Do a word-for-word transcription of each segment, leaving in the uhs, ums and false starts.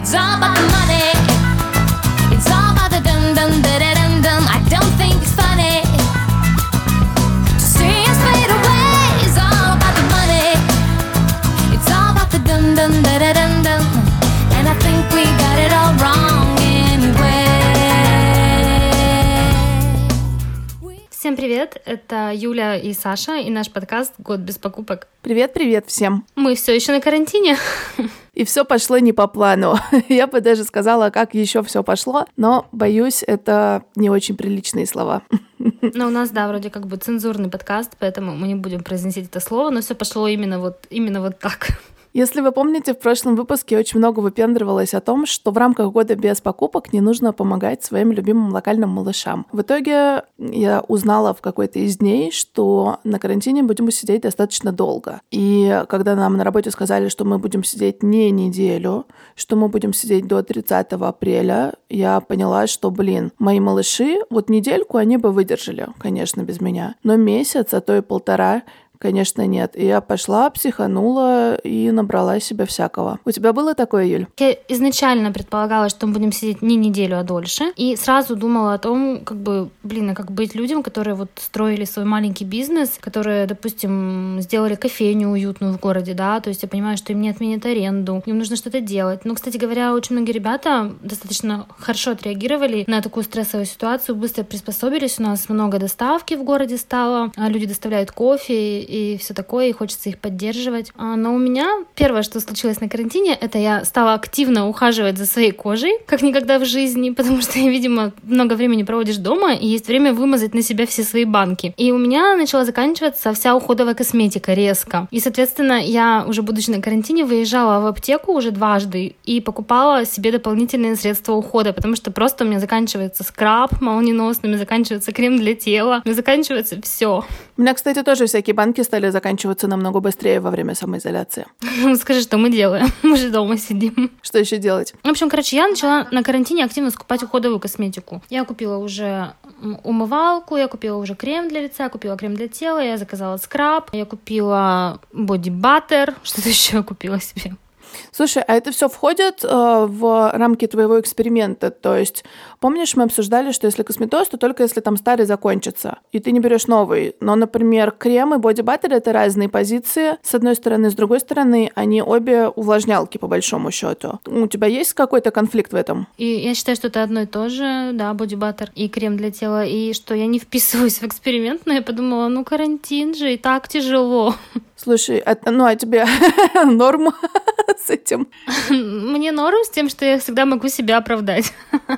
It's all about the money. It's all about the dum dum da da dum dum. I don't think it's funny to see us fade away. It's all about the money. It's all about the dum dum da da dum dum. And I think we got it all wrong anyway. Всем привет, это Юля и Саша, и наш подкаст «Год без покупок». Привет-привет всем. Мы все еще на карантине. И все пошло не по плану. Я бы даже сказала, как еще все пошло, но, боюсь, это не очень приличные слова. Но у нас, да, вроде как бы цензурный подкаст, поэтому мы не будем произносить это слово, но все пошло именно вот, именно вот так. Если вы помните, в прошлом выпуске очень много выпендривалось о том, что в рамках года без покупок не нужно помогать своим любимым локальным малышам. В итоге я узнала в какой-то из дней, что на карантине будем сидеть достаточно долго. И когда нам на работе сказали, что мы будем сидеть не неделю, что мы будем сидеть до тридцатого апреля, я поняла, что, блин, мои малыши, вот недельку они бы выдержали, конечно, без меня. Но месяц, а то и полтора, конечно, нет. И я пошла, психанула и набрала себе всякого. У тебя было такое, Юль? Я изначально предполагала, что мы будем сидеть не неделю, а дольше. И сразу думала о том, как бы, блин, а как быть людям, которые вот строили свой маленький бизнес, которые, допустим, сделали кофейню уютную в городе, да, то есть я понимаю, что им не отменят аренду, им нужно что-то делать. Но, кстати говоря, очень многие ребята достаточно хорошо отреагировали на такую стрессовую ситуацию, быстро приспособились. У нас много доставки в городе стало, люди доставляют кофе и все такое, и хочется их поддерживать. Но у меня первое, что случилось на карантине, это я стала активно ухаживать за своей кожей, как никогда в жизни, потому что, видимо, много времени проводишь дома, и есть время вымазать на себя все свои банки. И у меня начала заканчиваться вся уходовая косметика резко. И, соответственно, я, уже будучи на карантине, выезжала в аптеку уже дважды и покупала себе дополнительные средства ухода, потому что просто у меня заканчивается скраб молниеносный, у меня заканчивается крем для тела, у меня заканчивается все. У меня, кстати, тоже всякие банки стали заканчиваться намного быстрее во время самоизоляции. Скажи, что мы делаем? Мы же дома сидим. Что еще делать? В общем, короче, я начала на карантине активно скупать уходовую косметику. Я купила уже умывалку, я купила уже крем для лица, купила крем для тела, я заказала скраб, я купила боди-баттер, что-то еще я купила себе. Слушай, а это все входит э, в рамки твоего эксперимента? То есть, помнишь, мы обсуждали, что если косметоз, то только если там старый закончится, и ты не берешь новый. Но, например, крем и боди-баттер — это разные позиции. С одной стороны, с другой стороны, они обе увлажнялки, по большому счету. У тебя есть какой-то конфликт в этом? И я считаю, что это одно и то же, да, боди-баттер и крем для тела, и что я не вписываюсь в эксперимент, но я подумала, ну, карантин же, и так тяжело. Слушай, а, ну, а тебе норм с этим? Мне норм с тем, что я всегда могу себя оправдать.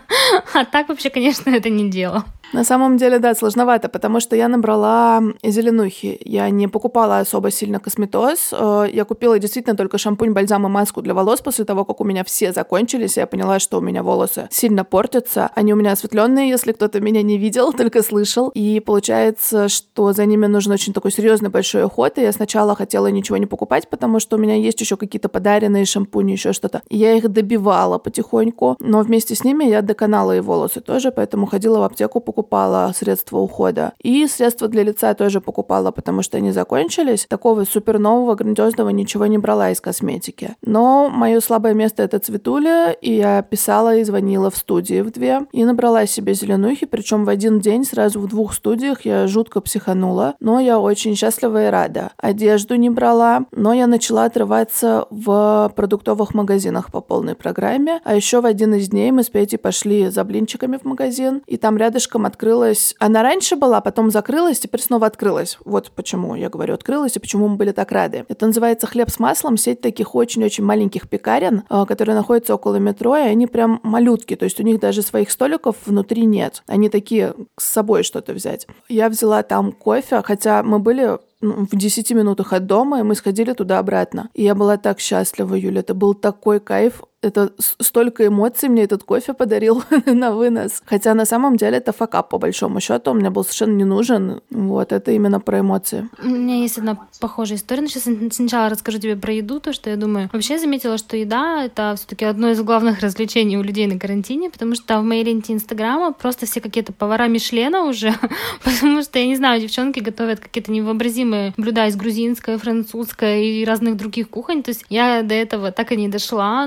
А так вообще, конечно, это не дело. На самом деле, да, сложновато, потому что я набрала зеленухи. Я не покупала особо сильно косметоз. Я купила действительно только шампунь, бальзам и маску для волос после того, как у меня все закончились. Я поняла, что у меня волосы сильно портятся. Они у меня осветленные, если кто-то меня не видел, только слышал. И получается, что за ними нужен очень такой серьезный большой уход. И я сначала хотела ничего не покупать, потому что у меня есть еще какие-то подаренные шампуни, еще что-то. И я их добивала потихоньку. Но вместе с ними я доконала и волосы тоже, поэтому ходила в аптеку, покупала покупала средства ухода. И средства для лица тоже покупала, потому что они закончились. Такого супер нового, грандиозного ничего не брала из косметики. Но мое слабое место — это цветуля, и я писала и звонила в студии в две, и набрала себе зеленухи, причем в один день сразу в двух студиях. Я жутко психанула, но я очень счастлива и рада. Одежду не брала, но я начала отрываться в продуктовых магазинах по полной программе. А еще в один из дней мы с Петей пошли за блинчиками в магазин, и там рядышком открылась. Она раньше была, потом закрылась, теперь снова открылась. Вот почему я говорю открылась и почему мы были так рады. Это называется «Хлеб с маслом», сеть таких очень-очень маленьких пекарен, которые находятся около метро, и они прям малютки, то есть у них даже своих столиков внутри нет. Они такие с собой что-то взять. Я взяла там кофе, хотя мы были в десяти минутах от дома, и мы сходили туда-обратно. И я была так счастлива, Юля, это был такой кайф. Это столько эмоций мне этот кофе подарил на вынос. Хотя на самом деле это факап, по большому счету. Он мне был совершенно не нужен. Вот, это именно про эмоции. У меня есть одна похожая история. Но сейчас сначала расскажу тебе про еду, то, что я думаю. Вообще я заметила, что еда — это все-таки одно из главных развлечений у людей на карантине, потому что в моей ленте Инстаграма просто все какие-то повара Мишлена уже, потому что, я не знаю, девчонки готовят какие-то невообразимые блюда из грузинской, французской и разных других кухонь. То есть я до этого так и не дошла, но тем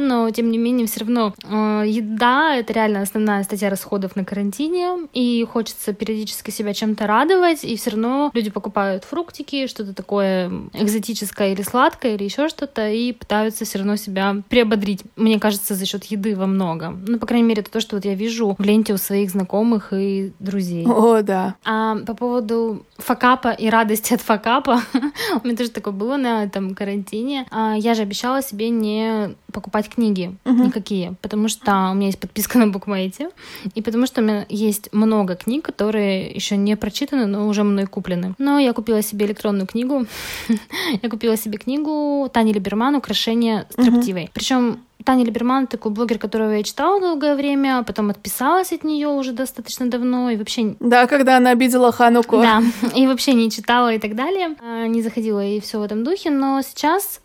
тем не менее, все равно э, еда — это реально основная статья расходов на карантине, и хочется периодически себя чем-то радовать, и все равно люди покупают фруктики, что-то такое экзотическое или сладкое, или еще что-то, и пытаются все равно себя приободрить. Мне кажется, за счет еды во многом. Ну, по крайней мере, это то, что вот я вижу в ленте у своих знакомых и друзей. О, да. А по поводу факапа и радости от факапа, у меня тоже такое было на этом карантине. А я же обещала себе не покупать книги uh-huh. никакие, потому что у меня есть подписка на Букмейте, и потому что у меня есть много книг, которые еще не прочитаны, но уже мной куплены. Но я купила себе электронную книгу. Я купила себе книгу Тани Либерман «Украшение строптивой». Uh-huh. Причем Таня Либерман — такой блогер, которого я читала долгое время, потом отписалась от нее уже достаточно давно, и вообще... Да, когда она обидела Хануку. Да, и вообще не читала и так далее, не заходила и все в этом духе, но сейчас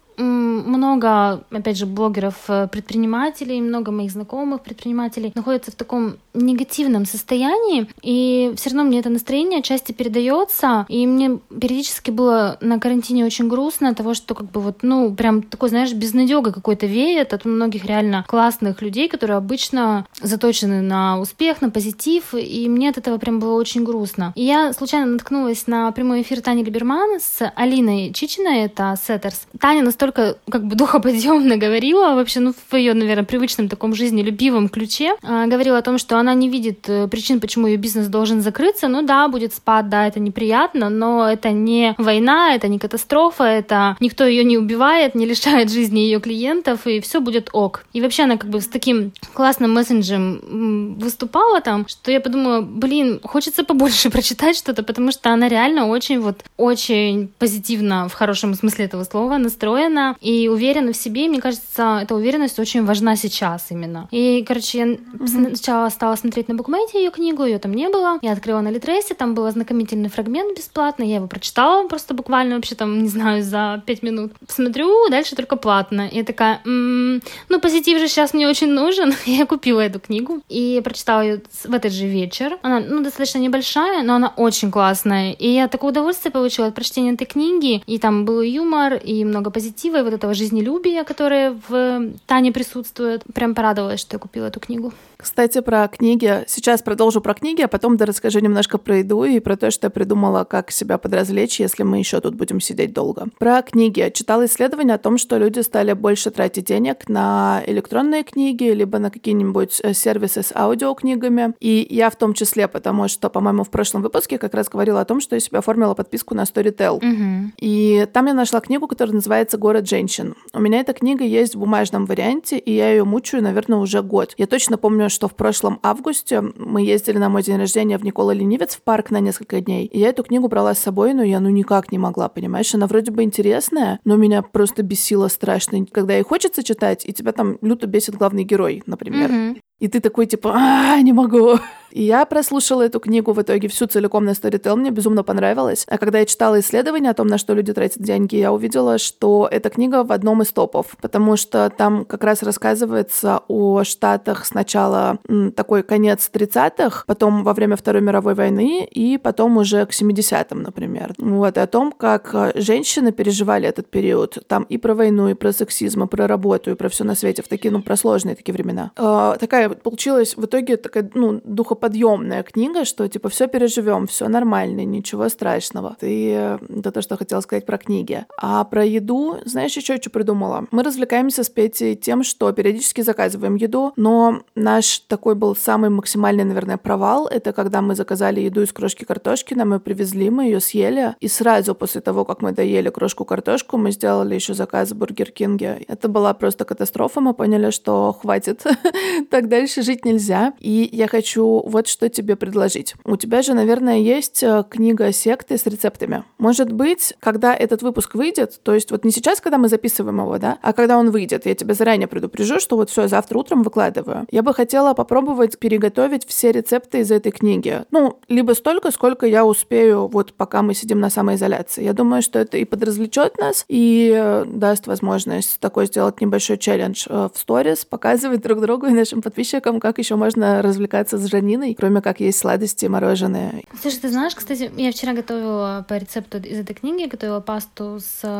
много, опять же, блогеров-предпринимателей, много моих знакомых предпринимателей находятся в таком негативном состоянии, и все равно мне это настроение отчасти передается, и мне периодически было на карантине очень грустно от того, что как бы вот, ну, прям такой, знаешь, безнадёга какой-то веет от многих реально классных людей, которые обычно заточены на успех, на позитив, и мне от этого прям было очень грустно. И я случайно наткнулась на прямой эфир Тани Либерман с Алиной Чичиной, это Сеттерс. Таня настолько как бы духоподъемно говорила, вообще, ну, в ее, наверное, привычном таком жизнелюбивом ключе, э, говорила о том, что она не видит причин, почему ее бизнес должен закрыться. Ну да, будет спад, да, это неприятно, но это не война, это не катастрофа, это никто ее не убивает, не лишает жизни ее клиентов, и все будет ок. И вообще она как бы с таким классным месседжем выступала там, что я подумала, блин, хочется побольше прочитать что-то, потому что она реально очень вот, очень позитивно, в хорошем смысле этого слова, настроена и уверена в себе. Мне кажется, эта уверенность очень важна сейчас именно. И, короче, я mm-hmm. сначала стала смотреть на Букмейте ее книгу, ее там не было. Я открыла на Литресе, там был ознакомительный фрагмент бесплатно, я его прочитала просто буквально вообще там, не знаю, за пять минут. Смотрю, дальше только платно. И я такая, м-м, ну, позитив же сейчас мне очень нужен. Я купила эту книгу и прочитала ее в этот же вечер. Она, ну, достаточно небольшая, но она очень классная. И я такое удовольствие получила от прочтения этой книги. И там был юмор, и много позитива, и вот этого жизнелюбия, которое в Тане присутствует. Прям порадовалась, что я купила эту книгу. Кстати, про книги. Сейчас продолжу про книги, а потом да расскажу немножко про еду и про то, что я придумала, как себя подразвлечь, если мы еще тут будем сидеть долго. Про книги. Читала исследования о том, что люди стали больше тратить денег на электронные книги, либо на какие-нибудь сервисы с аудиокнигами. И я в том числе, потому что, по-моему, в прошлом выпуске как раз говорила о том, что я себе оформила подписку на Storytel. Mm-hmm. И там я нашла книгу, которая называется «Город женщин». У меня эта книга есть в бумажном варианте, и я ее мучаю, наверное, уже год. Я точно помню, что в прошлом августе мы ездили на мой день рождения в Никола Ленивец в парк на несколько дней, и я эту книгу брала с собой, но я ну никак не могла, понимаешь? Она вроде бы интересная, но меня просто бесила страшно, когда ей хочется читать, и тебя там люто бесит главный герой, например. Mm-hmm. И ты такой, типа, а не могу. И я прослушала эту книгу в итоге всю целиком на Storytel, мне безумно понравилось. А когда я читала исследования о том, на что люди тратят деньги, я увидела, что эта книга в одном из топов, потому что там как раз рассказывается о Штатах сначала м, такой конец тридцатых, потом во время Второй мировой войны и потом уже к семидесятым, например. Вот, и о том, как женщины переживали этот период. Там и про войну, и про сексизм, и про работу, и про все на свете в такие, ну, про сложные такие времена. Э, такая получилась в итоге такая, ну, духоподъемная книга, что типа все переживем, все нормально, ничего страшного. И это то, что хотела сказать про книги. А про еду, знаешь, еще что придумала? Мы развлекаемся с Петей тем, что периодически заказываем еду, но наш такой был самый максимальный, наверное, провал. Это когда мы заказали еду из крошки картошки, нам ее привезли, мы ее съели, и сразу после того, как мы доели крошку-картошку, мы сделали еще заказ в Бургер Кинге. Это была просто катастрофа, мы поняли, что хватит, так дальше жить нельзя. И я хочу вот что тебе предложить. У тебя же, наверное, есть книга секты с рецептами. Может быть, когда этот выпуск выйдет, то есть вот не сейчас, когда мы записываем его, да, а когда он выйдет, я тебя заранее предупрежу, что вот все, завтра утром выкладываю. Я бы хотела попробовать переготовить все рецепты из этой книги. Ну, либо столько, сколько я успею, вот пока мы сидим на самоизоляции. Я думаю, что это и подразвлечет нас, и даст возможность такой сделать небольшой челлендж в сторис, показывать друг другу и нашим подписчикам, как еще можно развлекаться с Жаниной, кроме как есть сладости и мороженое. Слушай, ты знаешь, кстати, я вчера готовила по рецепту из этой книги, готовила пасту с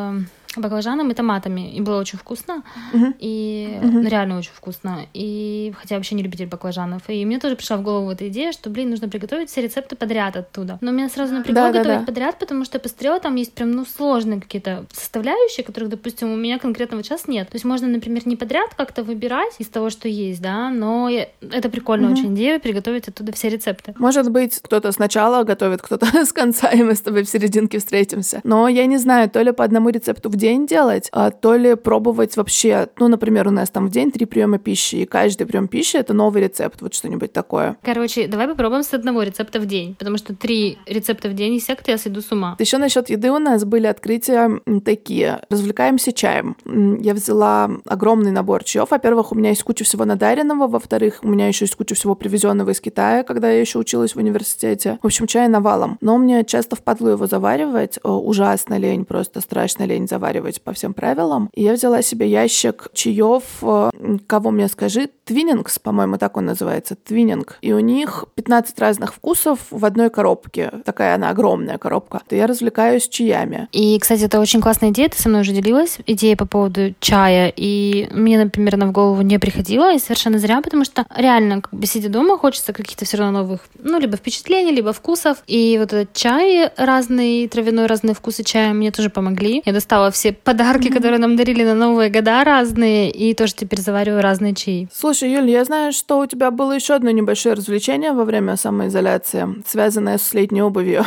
баклажаном и томатами. И было очень вкусно. Мгм. И Мгм. ну, реально очень вкусно. И хотя я вообще не любитель баклажанов. И мне тоже пришла в голову эта идея, что, блин, нужно приготовить все рецепты подряд оттуда. Но меня сразу напрягло Да, да, готовить да. подряд, потому что я посмотрела, там есть прям, ну, сложные какие-то составляющие, которых, допустим, у меня конкретно вот сейчас нет. То есть можно, например, не подряд как-то выбирать из того, что есть, да, но я- это прикольная Мгм. очень идея, приготовить оттуда все рецепты. Может быть, кто-то сначала готовит, кто-то с конца, и мы с тобой в серединке встретимся. Но я не знаю, то ли по одному рецепту в день делать, а то ли пробовать вообще. Ну, например, у нас там в день три приема пищи, и каждый прием пищи — это новый рецепт, вот что-нибудь такое. Короче, давай попробуем с одного рецепта в день, потому что три рецепта в день, и секты я сойду с ума. Еще насчет еды у нас были открытия м, такие. Развлекаемся чаем. М, Я взяла огромный набор чаев. Во-первых, у меня есть куча всего надаренного. Во-вторых, у меня еще есть куча всего привезенного из Китая, когда я еще училась в университете. В общем, чай навалом. Но мне часто впадло его заваривать. О, ужасно лень, просто страшно лень заваривать по всем правилам. И я взяла себе ящик чаев. э, Кого мне скажи? Твиннингс, по-моему, так он называется. Твиннинг. И у них пятнадцать разных вкусов в одной коробке. Такая она огромная коробка. То я развлекаюсь чаями. И, кстати, это очень классная идея, ты со мной уже делилась, идея по поводу чая, и мне, например, она в голову не приходила, и совершенно зря, потому что реально, как бы сидя дома, хочется каких-то все равно новых, ну, либо впечатлений, либо вкусов, и вот этот чай разный, травяной, разные вкусы чая мне тоже помогли. Я достала все подарки, mm-hmm. которые нам дарили на Новые года разные, и тоже теперь завариваю разные чаи. Слушай, Юль, я знаю, что у тебя было еще одно небольшое развлечение во время самоизоляции, связанное с летней обувью.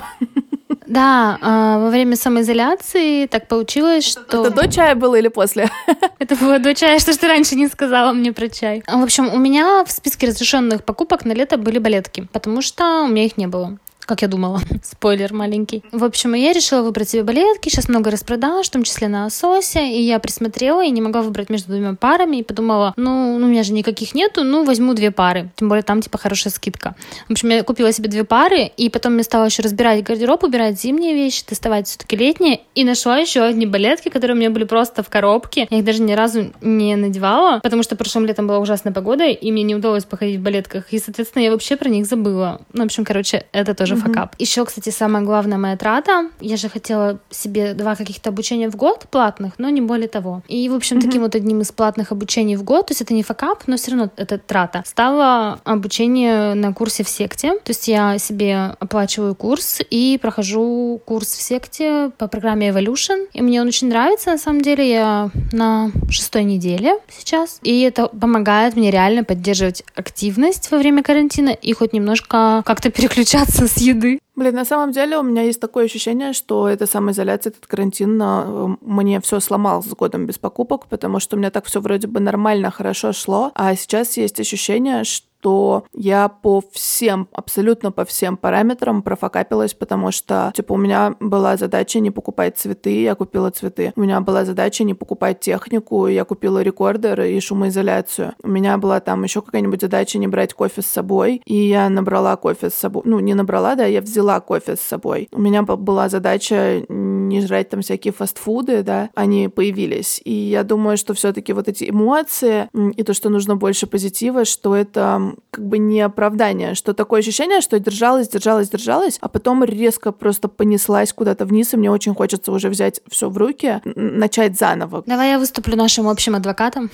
Да, э, во время самоизоляции так получилось, что... Это до чая было или после? Это было до чая, что ж ты раньше не сказала мне про чай. В общем, у меня в списке разрешенных покупок на лето были балетки, потому что у меня их не было. Как я думала. Спойлер маленький. В общем, я решила выбрать себе балетки. Сейчас много распродаж, в том числе на Асосе. И я присмотрела и не могла выбрать между двумя парами. И подумала, ну, ну у меня же никаких нету, ну, возьму две пары. Тем более там, типа, хорошая скидка. В общем, я купила себе две пары. И потом я стала еще разбирать гардероб, убирать зимние вещи, доставать все-таки летние. И нашла еще одни балетки, которые у меня были просто в коробке. Я их даже ни разу не надевала, потому что прошлым летом была ужасная погода, и мне не удалось походить в балетках. И, соответственно, я вообще про них забыла. Ну, в общем, короче, это тоже факап. Еще, кстати, самая главная моя трата. Я же хотела себе два каких-то обучения в год платных, но не более того. И, в общем, mm-hmm. таким вот одним из платных обучений в год, то есть это не факап, но все равно это трата, стало обучение на курсе в секте. То есть я себе оплачиваю курс и прохожу курс в секте по программе Evolution. И мне он очень нравится, на самом деле. Я на шестой неделе сейчас. И это помогает мне реально поддерживать активность во время карантина и хоть немножко как-то переключаться с еды. Блин, на самом деле у меня есть такое ощущение, что эта самоизоляция, этот карантин э, мне все сломал с годом без покупок, потому что у меня так все вроде бы нормально, хорошо шло, а сейчас есть ощущение, что что я по всем, абсолютно по всем параметрам профокапилась, потому что, типа, у меня была задача не покупать цветы, я купила цветы. У меня была задача не покупать технику, я купила рекордер и шумоизоляцию. У меня была там еще какая-нибудь задача не брать кофе с собой, и я набрала кофе с собой. Ну, не набрала, да, я взяла кофе с собой. У меня была задача не жрать там всякие фастфуды, да, они появились. И я думаю, что все-таки вот эти эмоции и то, что нужно больше позитива, что это как бы не оправдание, что такое ощущение, что держалась, держалась, держалась, а потом резко просто понеслась куда-то вниз, и мне очень хочется уже взять все в руки, начать заново. Давай я выступлю нашим общим адвокатом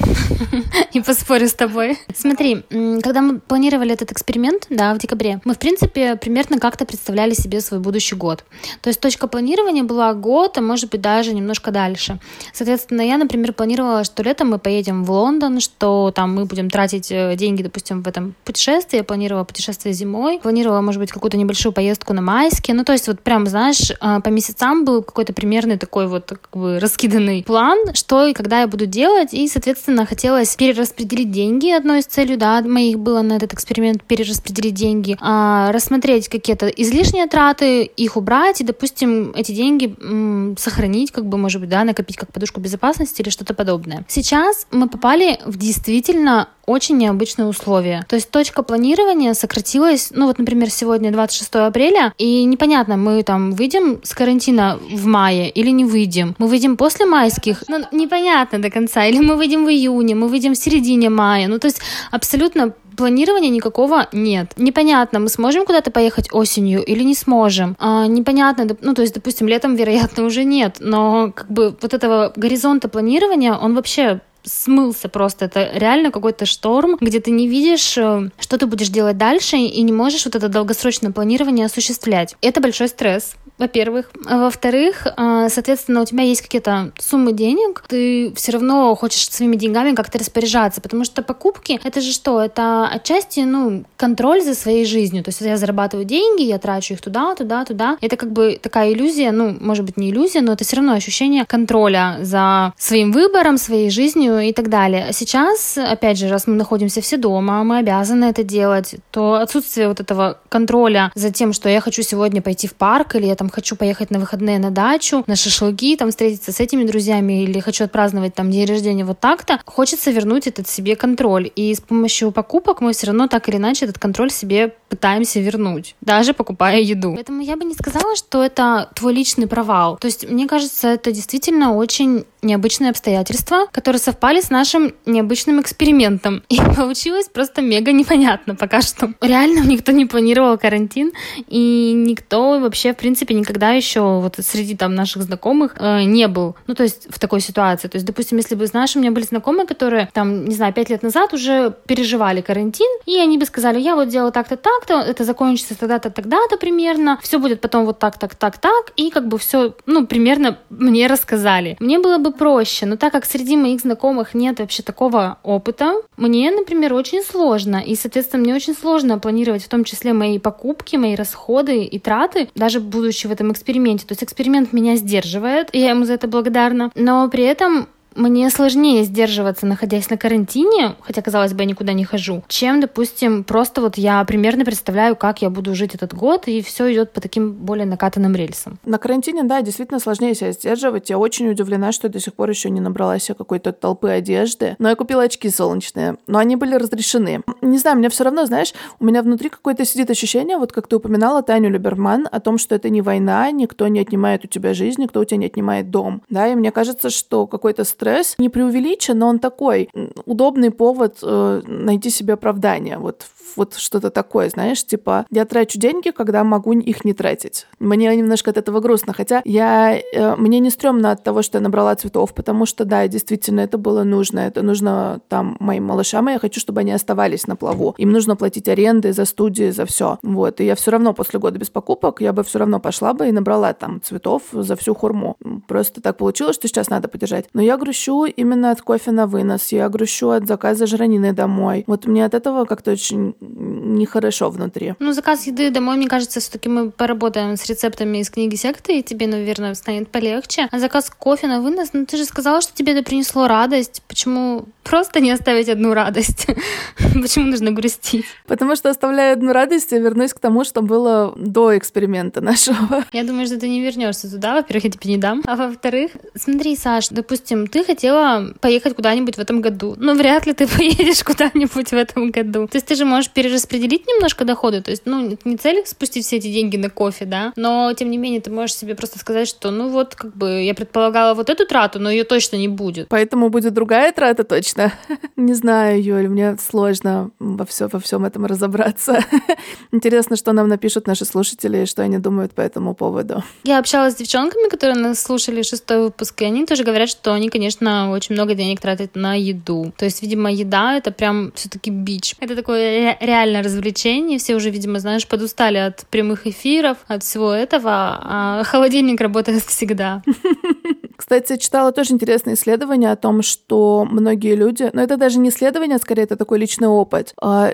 и поспорю с тобой. Смотри, когда мы планировали этот эксперимент, да, в декабре, мы, в принципе, примерно как-то представляли себе свой будущий год. То есть точка планирования была год, а может быть даже немножко дальше. Соответственно, я, например, планировала, что летом мы поедем в Лондон, что там мы будем тратить деньги, допустим, в этом путешествии, я планировала путешествие зимой, планировала, может быть, какую-то небольшую поездку на майске, ну, то есть вот прям, знаешь, по месяцам был какой-то примерный такой вот как бы раскиданный план, что и когда я буду делать, и, соответственно, хотелось перераспределить деньги, одной из целей, да, моих было на этот эксперимент перераспределить деньги, а, рассмотреть какие-то излишние траты, их убрать и, допустим, эти деньги м, сохранить, как бы, может быть, да, накопить как подушку безопасности или что-то подобное. Сейчас мы попали в действительно очень необычные условия. То есть точка планирования сократилась, ну вот, например, сегодня двадцать шестое апреля, и непонятно, мы там выйдем с карантина в мае или не выйдем. Мы выйдем после майских, ну непонятно до конца, или мы выйдем в июне, мы выйдем в середине мая. Ну то есть абсолютно планирования никакого нет. Непонятно, мы сможем куда-то поехать осенью или не сможем. А, непонятно, ну, то есть, допустим, летом, вероятно, уже нет, но как бы вот этого горизонта планирования, он вообще смылся просто. Это реально какой-то шторм, где ты не видишь, что ты будешь делать дальше, и не можешь вот это долгосрочное планирование осуществлять. Это большой стресс, во-первых. А во-вторых, соответственно, у тебя есть какие-то суммы денег, ты все равно хочешь своими деньгами как-то распоряжаться, потому что покупки, это же что? Это отчасти, ну, контроль за своей жизнью. То есть я зарабатываю деньги, я трачу их туда, туда, туда. Это как бы такая иллюзия, ну, может быть, не иллюзия, но это все равно ощущение контроля за своим выбором, своей жизнью и так далее. А сейчас, опять же, раз мы находимся все дома, мы обязаны это делать, то отсутствие вот этого контроля за тем, что я хочу сегодня пойти в парк, или я там хочу поехать на выходные на дачу, на шашлыки, там встретиться с этими друзьями, или хочу отпраздновать там день рождения вот так-то, хочется вернуть этот себе контроль. И с помощью покупок мы все равно так или иначе этот контроль себе пытаемся вернуть, даже покупая еду. Поэтому я бы не сказала, что это твой личный провал. То есть, мне кажется, это действительно очень необычные обстоятельства, которые совпали с нашим необычным экспериментом. И получилось просто мега непонятно пока что. Реально никто не планировал карантин, и никто вообще, в принципе, никогда еще вот среди там наших знакомых э, не был. Ну, то есть в такой ситуации. То есть, допустим, если бы, знаешь, у меня были знакомые, которые там, не знаю, пять лет назад уже переживали карантин, и они бы сказали, я вот делала так-то, так-то, это закончится тогда-то, тогда-то примерно, все будет потом вот так, так, так, так, и как бы все, ну, примерно мне рассказали. Мне было бы проще, но так как среди моих знакомых нет вообще такого опыта, мне, например, очень сложно, и, соответственно, мне очень сложно планировать в том числе мои покупки, мои расходы и траты, даже будучи в этом эксперименте. То есть эксперимент меня сдерживает, и я ему за это благодарна, но при этом мне сложнее сдерживаться, находясь на карантине, хотя, казалось бы, я никуда не хожу, чем, допустим, просто вот я примерно представляю, как я буду жить этот год, и все идет по таким более накатанным рельсам. На карантине, да, действительно сложнее себя сдерживать. Я очень удивлена, что я до сих пор еще не набрала себе какой-то толпы одежды. Но я купила очки солнечные, но они были разрешены. Не знаю, мне все равно, знаешь, у меня внутри какое-то сидит ощущение, вот как ты упоминала Таню Либерман, о том, что это не война, никто не отнимает у тебя жизнь, никто у тебя не отнимает дом. Да, и мне кажется, что какой-то стресс не преувеличен, но он такой удобный повод э, найти себе оправдание. Вот, вот что-то такое, знаешь, типа я трачу деньги, когда могу их не тратить. Мне немножко от этого грустно, хотя я, э, мне не стрёмно от того, что я набрала цветов, потому что, да, действительно, это было нужно. Это нужно там моим малышам, и я хочу, чтобы они оставались на плаву. Им нужно платить аренды за студии, за все. Вот, и я все равно после года без покупок, я бы все равно пошла бы и набрала там цветов за всю хурму. Просто так получилось, что сейчас надо подержать. Но я грущу именно от кофе на вынос, я грущу от заказа жранины домой. Вот мне от этого как-то очень нехорошо внутри. Ну, заказ еды домой, мне кажется, все-таки мы поработаем с рецептами из книги секты, и тебе, наверное, станет полегче. А заказ кофе на вынос, ну, ты же сказала, что тебе это принесло радость. Почему просто не оставить одну радость? Почему нужно грустить? Потому что, оставляя одну радость, я вернусь к тому, что было до эксперимента нашего. Я думаю, что ты не вернешься туда. Во-первых, я тебе не дам. А во-вторых, смотри, Саш, допустим, ты хотела поехать куда-нибудь в этом году, но вряд ли ты поедешь куда-нибудь в этом году. То есть ты же можешь перераспределить немножко доходы, то есть, ну, не цель спустить все эти деньги на кофе, да, но, тем не менее, ты можешь себе просто сказать, что, ну, вот, как бы, я предполагала вот эту трату, но ее точно не будет. Поэтому будет другая трата точно. Не знаю, Юль, мне сложно во, все, во всем этом разобраться. Интересно, что нам напишут наши слушатели, и что они думают по этому поводу. Я общалась с девчонками, которые нас слушали шестой выпуск, и они тоже говорят, что они, конечно, очень много денег тратят на еду. То есть, видимо, еда — это прям все-таки бич. Это такое реальное развлечение. Все уже, видимо, знаешь, подустали от прямых эфиров, от всего этого, а холодильник работает всегда. Кстати, я читала тоже интересное исследование о том, что многие люди, но это даже не исследование, а скорее это такой личный опыт.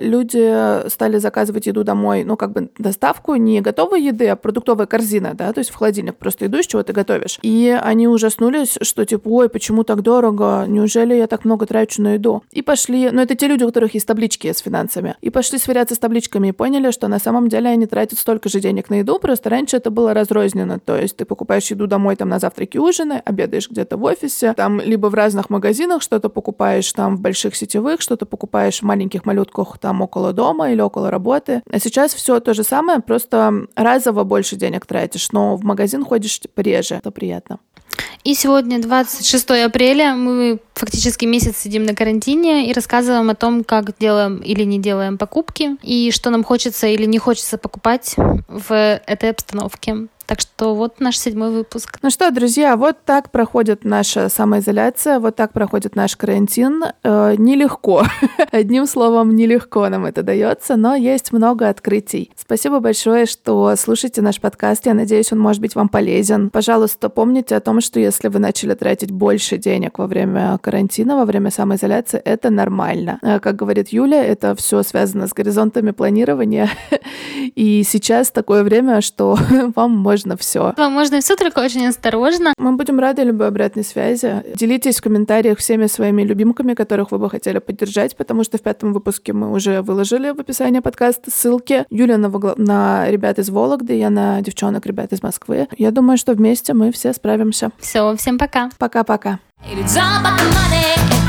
Люди стали заказывать еду домой, ну, как бы доставку не готовой еды, а продуктовая корзина, да, то есть в холодильник просто еду, из чего ты готовишь. И они ужаснулись, что типа, ой, почему так дорого? Неужели я так много трачу на еду? И пошли, ну, это те люди, у которых есть таблички с финансами, и пошли сверяться с табличками и поняли, что на самом деле они тратят столько же денег на еду, просто раньше это было разрозненно, то есть ты покупаешь еду домой там на завтраки, ужины, обед, обедаешь где-то в офисе, там либо в разных магазинах что-то покупаешь, там в больших сетевых, что-то покупаешь в маленьких малютках там около дома или около работы. А сейчас все то же самое, просто разово больше денег тратишь, но в магазин ходишь типа реже. Это приятно. И сегодня двадцать шестое апреля, мы фактически месяц сидим на карантине и рассказываем о том, как делаем или не делаем покупки, и что нам хочется или не хочется покупать в этой обстановке. Так что вот наш седьмой выпуск. Ну что, друзья, вот так проходит наша самоизоляция, вот так проходит наш карантин. Э, нелегко. Одним словом, нелегко нам это дается, но есть много открытий. Спасибо большое, что слушаете наш подкаст. Я надеюсь, он может быть вам полезен. Пожалуйста, помните о том, что если вы начали тратить больше денег во время карантина, во время самоизоляции, это нормально. Э, как говорит Юля, это все связано с горизонтами планирования. И сейчас такое время, что вам можно Можно все. Вам можно все, только очень осторожно. Мы будем рады любой обратной связи. Делитесь в комментариях всеми своими любимками, которых вы бы хотели поддержать, потому что в пятом выпуске мы уже выложили в описании подкаста ссылки. Юля на, вогла... на ребят из Вологды, я на девчонок ребят из Москвы. Я думаю, что вместе мы все справимся. Все, всем пока. Пока-пока. It's all about the money.